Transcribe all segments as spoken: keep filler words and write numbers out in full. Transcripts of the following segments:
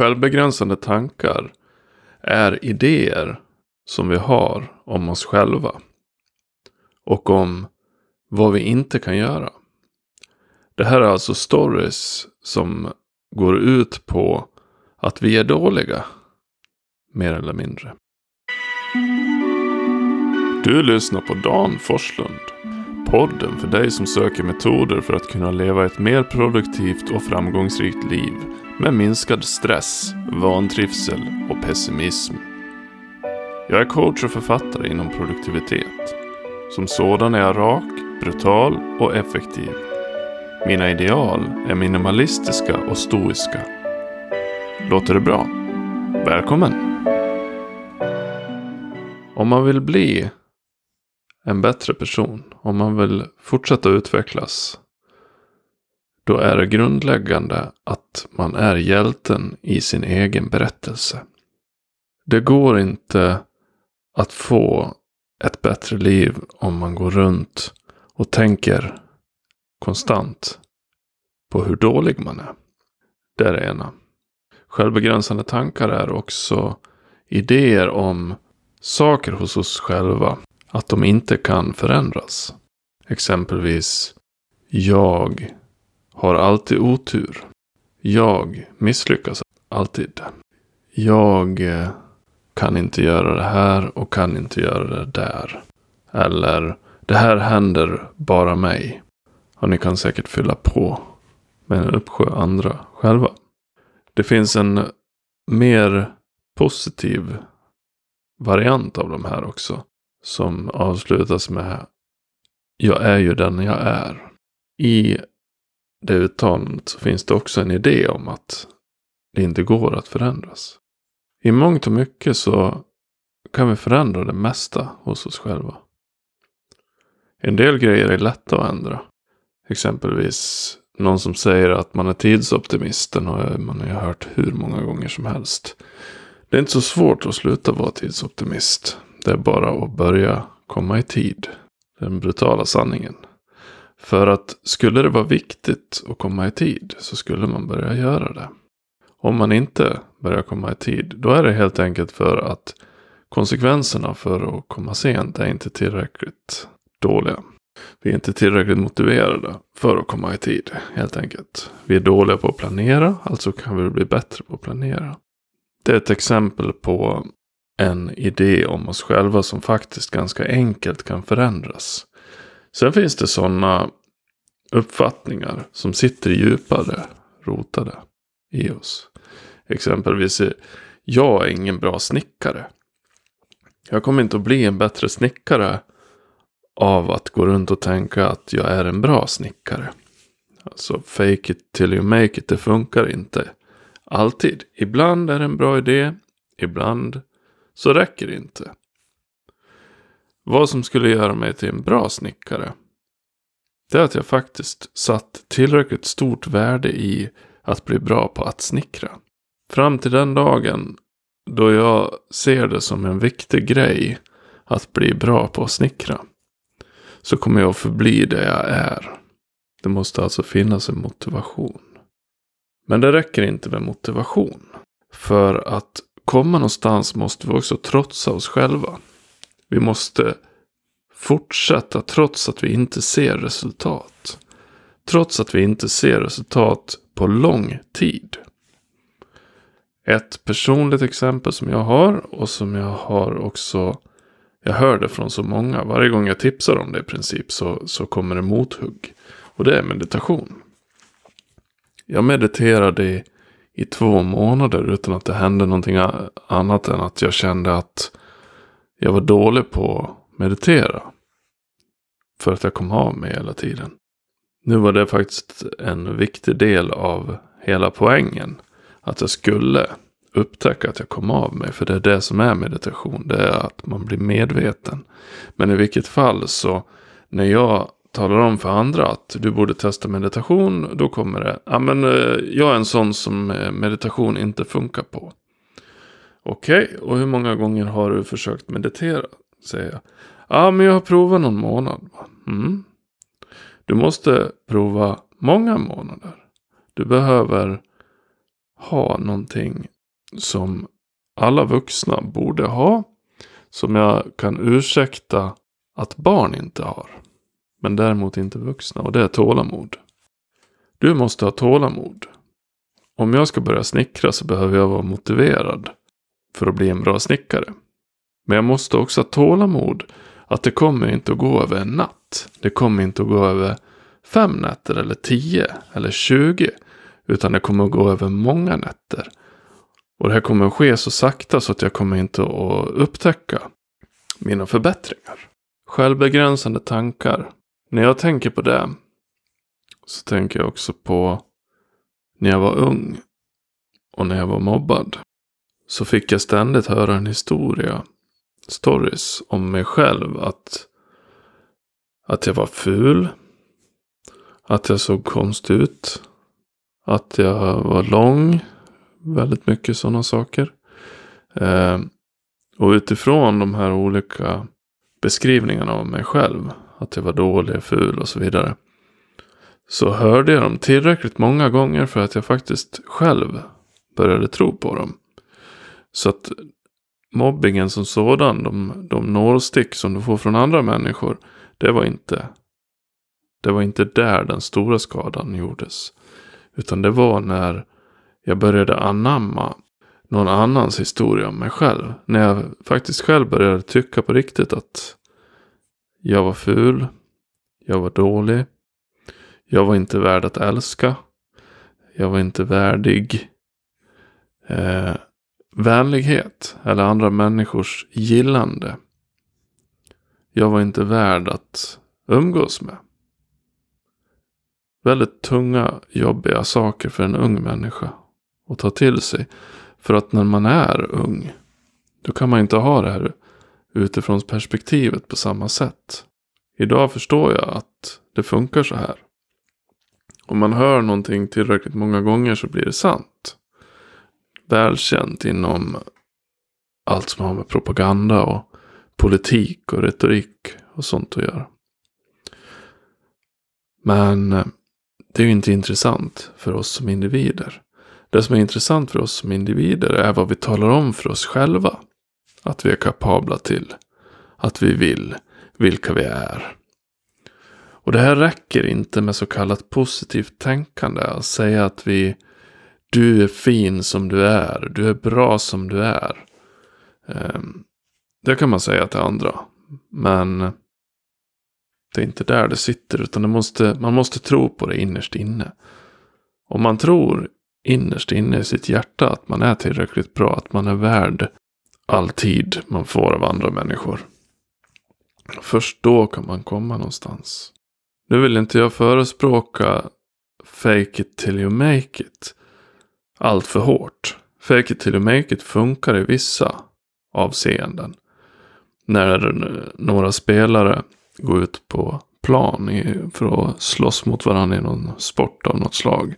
Självbegränsande tankar är idéer som vi har om oss själva och om vad vi inte kan göra. Det här är alltså stories som går ut på att vi är dåliga, mer eller mindre. Du lyssnar på Dan Forslund, podden för dig som söker metoder för att kunna leva ett mer produktivt och framgångsrikt liv med minskad stress, vantrivsel och pessimism. Jag är coach och författare inom produktivitet. Som sådan är jag rak, brutal och effektiv. Mina ideal är minimalistiska och stoiska. Låter det bra? Välkommen! Om man vill bli en bättre person, om man vill fortsätta utvecklas, då är det grundläggande att man är hjälten i sin egen berättelse. Det går inte att få ett bättre liv om man går runt och tänker konstant på hur dålig man är. Det är det ena. Självbegränsande tankar är också idéer om saker hos oss själva, att de inte kan förändras. Exempelvis, jag har alltid otur. Jag misslyckas alltid. Jag kan inte göra det här och kan inte göra det där. Eller, det här händer bara mig. Och ni kan säkert fylla på med en uppsjö andra själva. Det finns en mer positiv variant av de här också, som avslutas med jag är ju den jag är. I det uttalandet så finns det också en idé om att det inte går att förändras. I mångt och mycket så kan vi förändra det mesta hos oss själva. En del grejer är lätta att ändra. Exempelvis någon som säger att man är tidsoptimisten, och man har ju hört hur många gånger som helst. Det är inte så svårt att sluta vara tidsoptimist. Det är bara att börja komma i tid. Den brutala sanningen. För att skulle det vara viktigt att komma i tid så skulle man börja göra det. Om man inte börjar komma i tid, då är det helt enkelt för att konsekvenserna för att komma sent är inte tillräckligt dåliga. Vi är inte tillräckligt motiverade för att komma i tid, helt enkelt. Vi är dåliga på att planera, alltså kan vi bli bättre på att planera. Det är ett exempel på en idé om oss själva som faktiskt ganska enkelt kan förändras. Sen finns det sådana uppfattningar som sitter djupare rotade i oss. Exempelvis, jag är ingen bra snickare. Jag kommer inte att bli en bättre snickare av att gå runt och tänka att jag är en bra snickare. Alltså fake it till you make it, det funkar inte. Alltid. Ibland är det en bra idé, ibland så räcker det inte. Vad som skulle göra mig till en bra snickare, det är att jag faktiskt satt tillräckligt stort värde i att bli bra på att snickra. Fram till den dagen då jag ser det som en viktig grej att bli bra på att snickra, så kommer jag förbli det jag är. Det måste alltså finnas en motivation. Men det räcker inte med motivation. För att komma någonstans måste vi också trotsa oss själva. Vi måste fortsätta trots att vi inte ser resultat. Trots att vi inte ser resultat på lång tid. Ett personligt exempel som jag har, och som jag har också, jag hör det från så många. Varje gång jag tipsar om det i princip så, så kommer det mothugg. Och det är meditation. Jag mediterade i, i två månader utan att det hände någonting annat än att jag kände att jag var dålig på att meditera. För att jag kom av mig hela tiden. Nu var det faktiskt en viktig del av hela poängen. Att jag skulle upptäcka att jag kom av mig. För det är det som är meditation. Det är att man blir medveten. Men i vilket fall så, när jag talar om för andra att du borde testa meditation, då kommer det, ja men jag är en sån som meditation inte funkar på. Okej, okay, och hur många gånger har du försökt meditera? Säger jag. Ja, men jag har provat någon månad. Mm. Du måste prova många månader. Du behöver ha någonting som alla vuxna borde ha. Som jag kan ursäkta att barn inte har. Men däremot inte vuxna. Och det är tålamod. Du måste ha tålamod. Om jag ska börja snickra så behöver jag vara motiverad för att bli en bra snickare. Men jag måste också ha tålamod att det kommer inte att gå över en natt. Det kommer inte att gå över fem nätter eller tio eller tjugo. Utan det kommer att gå över många nätter. Och det här kommer att ske så sakta så att jag kommer inte att upptäcka mina förbättringar. Självbegränsande tankar. När jag tänker på det så tänker jag också på när jag var ung och när jag var mobbad. Så fick jag ständigt höra en historia, stories om mig själv. Att, att jag var ful, att jag såg konstig ut, att jag var lång, väldigt mycket sådana saker. Eh, och utifrån de här olika beskrivningarna av mig själv, att jag var dålig, ful och så vidare, så hörde jag dem tillräckligt många gånger för att jag faktiskt själv började tro på dem. Så att mobbingen som sådan, de, de nålstick som du får från andra människor, det var inte det var inte där den stora skadan gjordes. Utan det var när jag började anamma någon annans historia om mig själv. När jag faktiskt själv började tycka på riktigt att jag var ful, jag var dålig, jag var inte värd att älska, jag var inte värdig eh, vänlighet eller andra människors gillande. Jag var inte värd att umgås med. Väldigt tunga, jobbiga saker för en ung människa att ta till sig. För att när man är ung, då kan man inte ha det här utifrån perspektivet på samma sätt. Idag förstår jag att det funkar så här. Om man hör någonting tillräckligt många gånger så blir det sant. Välkänt inom allt som har med propaganda och politik och retorik och sånt att göra. Men det är ju inte intressant för oss som individer. Det som är intressant för oss som individer är vad vi talar om för oss själva. Att vi är kapabla till. Att vi vill. Vilka vi är. Och det här räcker inte med så kallat positivt tänkande. Att säga att vi, du är fin som du är. Du är bra som du är. Det kan man säga till andra. Men det är inte där det sitter. Utan det måste, man måste tro på det innerst inne. Om man tror innerst inne i sitt hjärta att man är tillräckligt bra. Att man är värd all tid man får av andra människor. Först då kan man komma någonstans. Nu vill inte jag förespråka fake it till you make it allt för hårt. Fake it till you make it funkar i vissa avseenden. När några spelare går ut på plan i, för att slåss mot varandra i någon sport av något slag.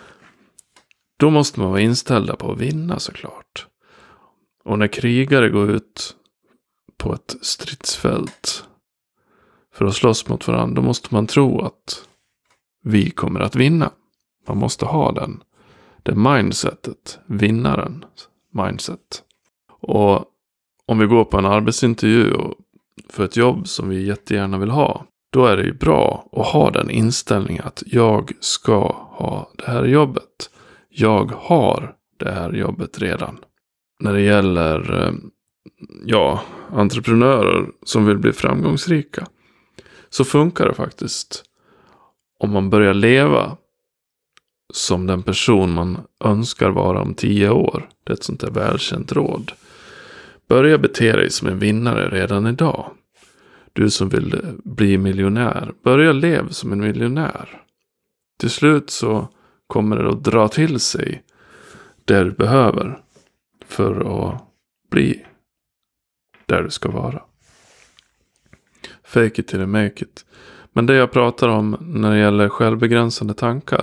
Då måste man vara inställda på att vinna såklart. Och när krigare går ut på ett stridsfält för att slåss mot varandra, då måste man tro att vi kommer att vinna. Man måste ha den. Det mindsetet. Vinnaren mindset. Och om vi går på en arbetsintervju för ett jobb som vi jättegärna vill ha, då är det ju bra att ha den inställningen att jag ska ha det här jobbet. Jag har det här jobbet redan. När det gäller ja, entreprenörer som vill bli framgångsrika, så funkar det faktiskt om man börjar leva som den person man önskar vara om tio år. Det är ett sånt där välkänt råd. Börja bete dig som en vinnare redan idag. Du som vill bli miljonär, börja leva som en miljonär. Till slut så kommer det att dra till sig det du behöver för att bli där du ska vara. Fake it till you make it. Men det jag pratar om när det gäller självbegränsande tankar,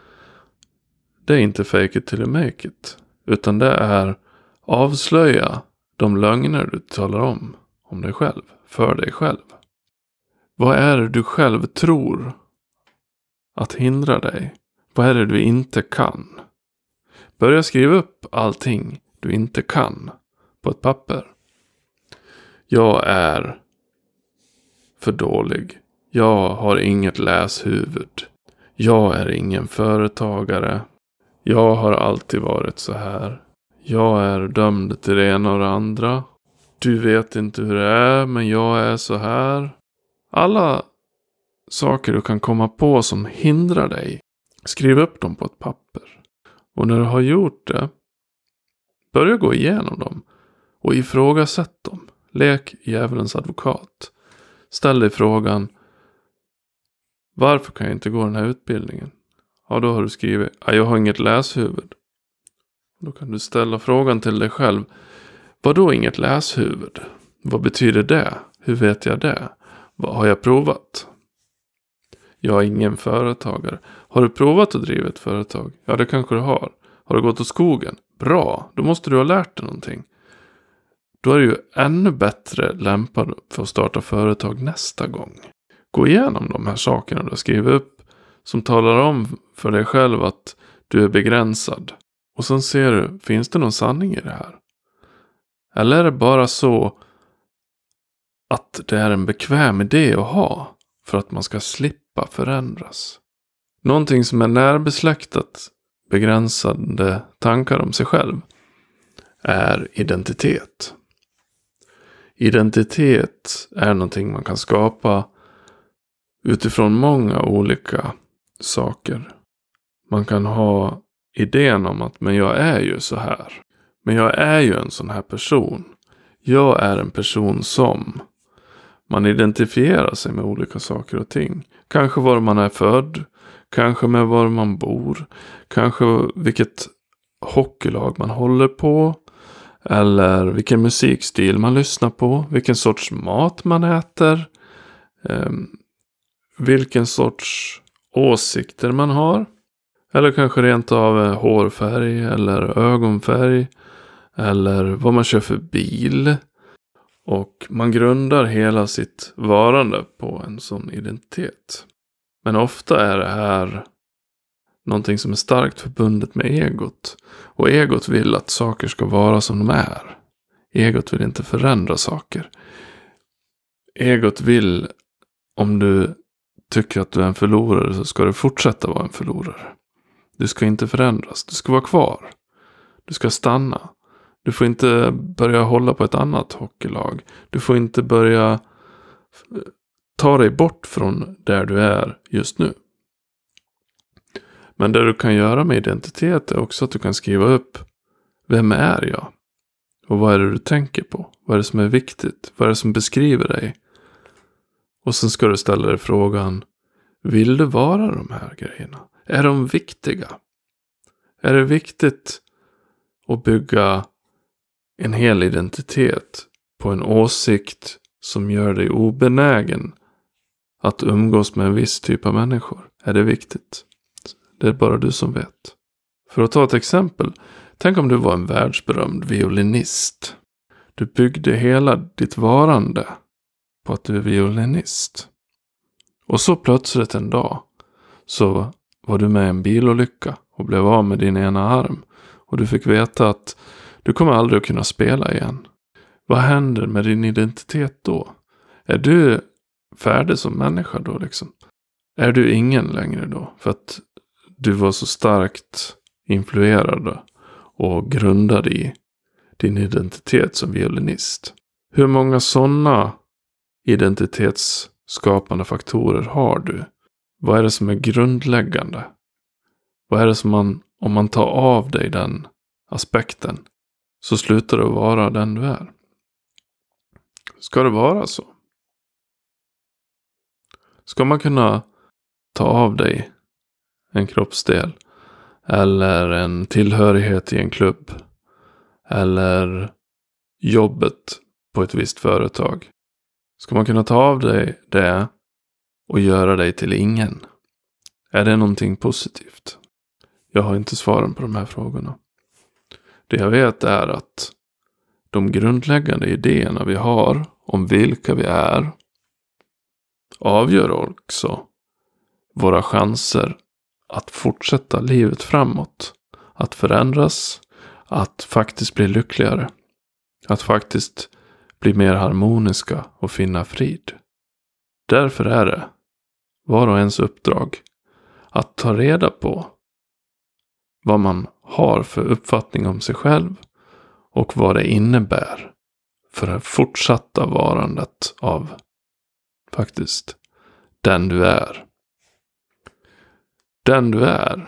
det är inte fake it till you make it. Utan det är avslöja de lögner du talar om om dig själv, för dig själv. Vad är det du själv tror att hindra dig? Vad är det du inte kan? Börja skriva upp allting du inte kan på ett papper. Jag är för dålig. Jag har inget läshuvud. Jag är ingen företagare. Jag har alltid varit så här. Jag är dömd till det ena och det andra. Du vet inte hur det är, men jag är så här. Alla saker du kan komma på som hindrar dig, skriv upp dem på ett papper. Och när du har gjort det, börja gå igenom dem och ifrågasätt dem. Lek djävulens advokat. Ställ dig frågan, varför kan jag inte gå den här utbildningen? Ja, då har du skrivit, jag har inget läshuvud. Då kan du ställa frågan till dig själv, vad då inget läshuvud? Vad betyder det? Hur vet jag det? Vad har jag provat? Jag är ingen företagare. Har du provat att driva ett företag? Ja, det kanske du har. Har du gått åt skogen? Bra, då måste du ha lärt dig någonting. Då är du ju ännu bättre lämpad för att starta företag nästa gång. Gå igenom de här sakerna du har skrivit upp som talar om för dig själv att du är begränsad. Och sen ser du, finns det någon sanning i det här? Eller är det bara så att det är en bekväm idé att ha för att man ska slippa förändras? Någonting som är närbesläktat begränsande tankar om sig själv är identitet. Identitet är någonting man kan skapa utifrån många olika saker. Man kan ha idén om att men jag är ju så här. Men jag är ju en sån här person. Jag är en person som. Man identifierar sig med olika saker och ting. Kanske var man är född. Kanske med var man bor. Kanske vilket hockeylag man håller på. Eller vilken musikstil man lyssnar på. Vilken sorts mat man äter. Eh, vilken sorts åsikter man har. Eller kanske rent av hårfärg eller ögonfärg. Eller vad man kör för bil. Och man grundar hela sitt varande på en sån identitet. Men ofta är det här någonting som är starkt förbundet med egot. Och egot vill att saker ska vara som de är. Egot vill inte förändra saker. Egot vill, om du tycker att du är en förlorare så ska du fortsätta vara en förlorare. Du ska inte förändras. Du ska vara kvar. Du ska stanna. Du får inte börja hålla på ett annat hockeylag. Du får inte börja ta dig bort från där du är just nu. Men det du kan göra med identitet är också att du kan skriva upp, vem är jag? Och vad är det du tänker på? Vad är det som är viktigt? Vad är det som beskriver dig? Och sen ska du ställa dig frågan, vill du vara de här grejerna? Är de viktiga? Är det viktigt att bygga en hel identitet på en åsikt som gör dig obenägen att umgås med en viss typ av människor? Är det viktigt? Det är bara du som vet. För att ta ett exempel. Tänk om du var en världsberömd violinist. Du byggde hela ditt varande på att du är violinist. Och så plötsligt en dag så var du med i en bilolycka och blev av med din ena arm. Och du fick veta att du kommer aldrig att kunna spela igen. Vad händer med din identitet då? Är du färdig som människa då liksom? Är du ingen längre då? För att du var så starkt influerad och grundad i din identitet som violinist. Hur många sådana identitetsskapande faktorer har du? Vad är det som är grundläggande? Vad är det som man, om man tar av dig den aspekten, så slutar du vara den du är? Ska det vara så? Ska man kunna ta av dig en kroppsdel eller en tillhörighet i en klubb eller jobbet på ett visst företag? Ska man kunna ta av dig det och göra dig till ingen? Är det någonting positivt? Jag har inte svaren på de här frågorna. Det jag vet är att de grundläggande idéerna vi har om vilka vi är avgör också våra chanser att fortsätta livet framåt. att förändras, att faktiskt bli lyckligare, att faktiskt bli mer harmoniska och finna frid. Därför är det var och ens uppdrag att ta reda på vad man har för uppfattning om sig själv och vad det innebär för det fortsatta varandet av faktiskt den du är. Den du är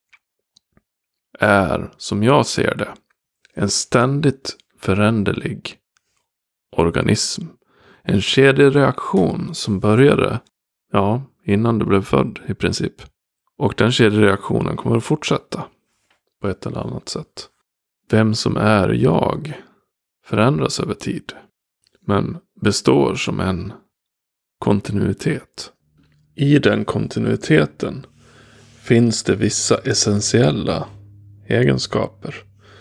är, som jag ser det, en ständigt föränderlig organism. En kedjereaktion som började, ja, innan du blev född i princip. Och den kedjereaktionen kommer att fortsätta på ett eller annat sätt. Vem som är jag förändras över tid, men består som en kontinuitet. I den kontinuiteten finns det vissa essentiella egenskaper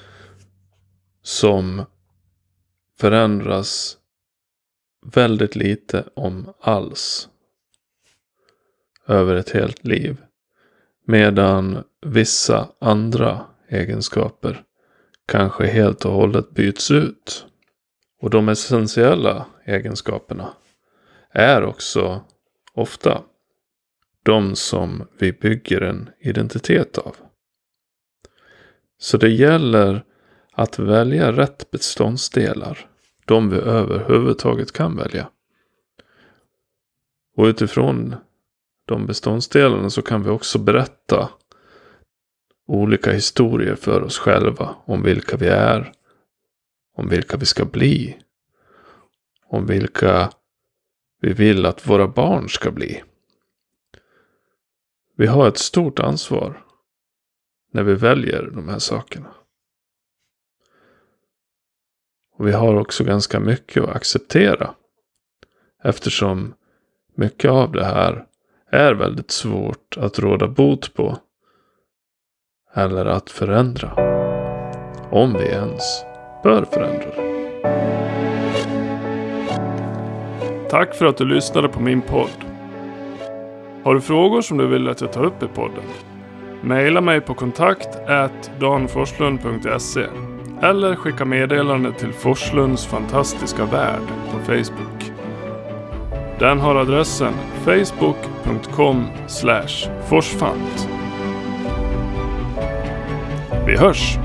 som förändras väldigt lite om alls över ett helt liv. Medan vissa andra egenskaper kanske helt och hållet byts ut. Och de essentiella egenskaperna är också ofta de som vi bygger en identitet av. Så det gäller att välja rätt beståndsdelar. De vi överhuvudtaget kan välja. Och utifrån de beståndsdelarna så kan vi också berätta olika historier för oss själva. Om vilka vi är. Om vilka vi ska bli. Om vilka vi vill att våra barn ska bli. Vi har ett stort ansvar när vi väljer de här sakerna. Och vi har också ganska mycket att acceptera. Eftersom mycket av det här är väldigt svårt att råda bot på. Eller att förändra. Om vi ens bör förändra det. Tack för att du lyssnade på min podd. Har du frågor som du vill att jag tar upp i podden? Maila mig på kontakt at danforslund punkt se eller skicka meddelande till Forslunds fantastiska värld på Facebook. Den har adressen facebook punkt com slash forsfant. Vi hörs!